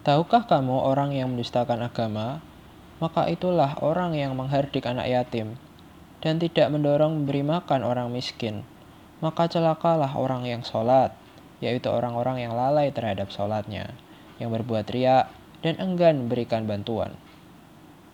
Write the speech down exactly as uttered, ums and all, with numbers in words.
Tahukah kamu orang yang mendustakan agama? Maka itulah orang yang menghardik anak yatim dan tidak mendorong memberi makan orang miskin. Maka celakalah orang yang sholat, yaitu orang-orang yang lalai terhadap sholatnya, yang berbuat riak dan enggan memberikan bantuan.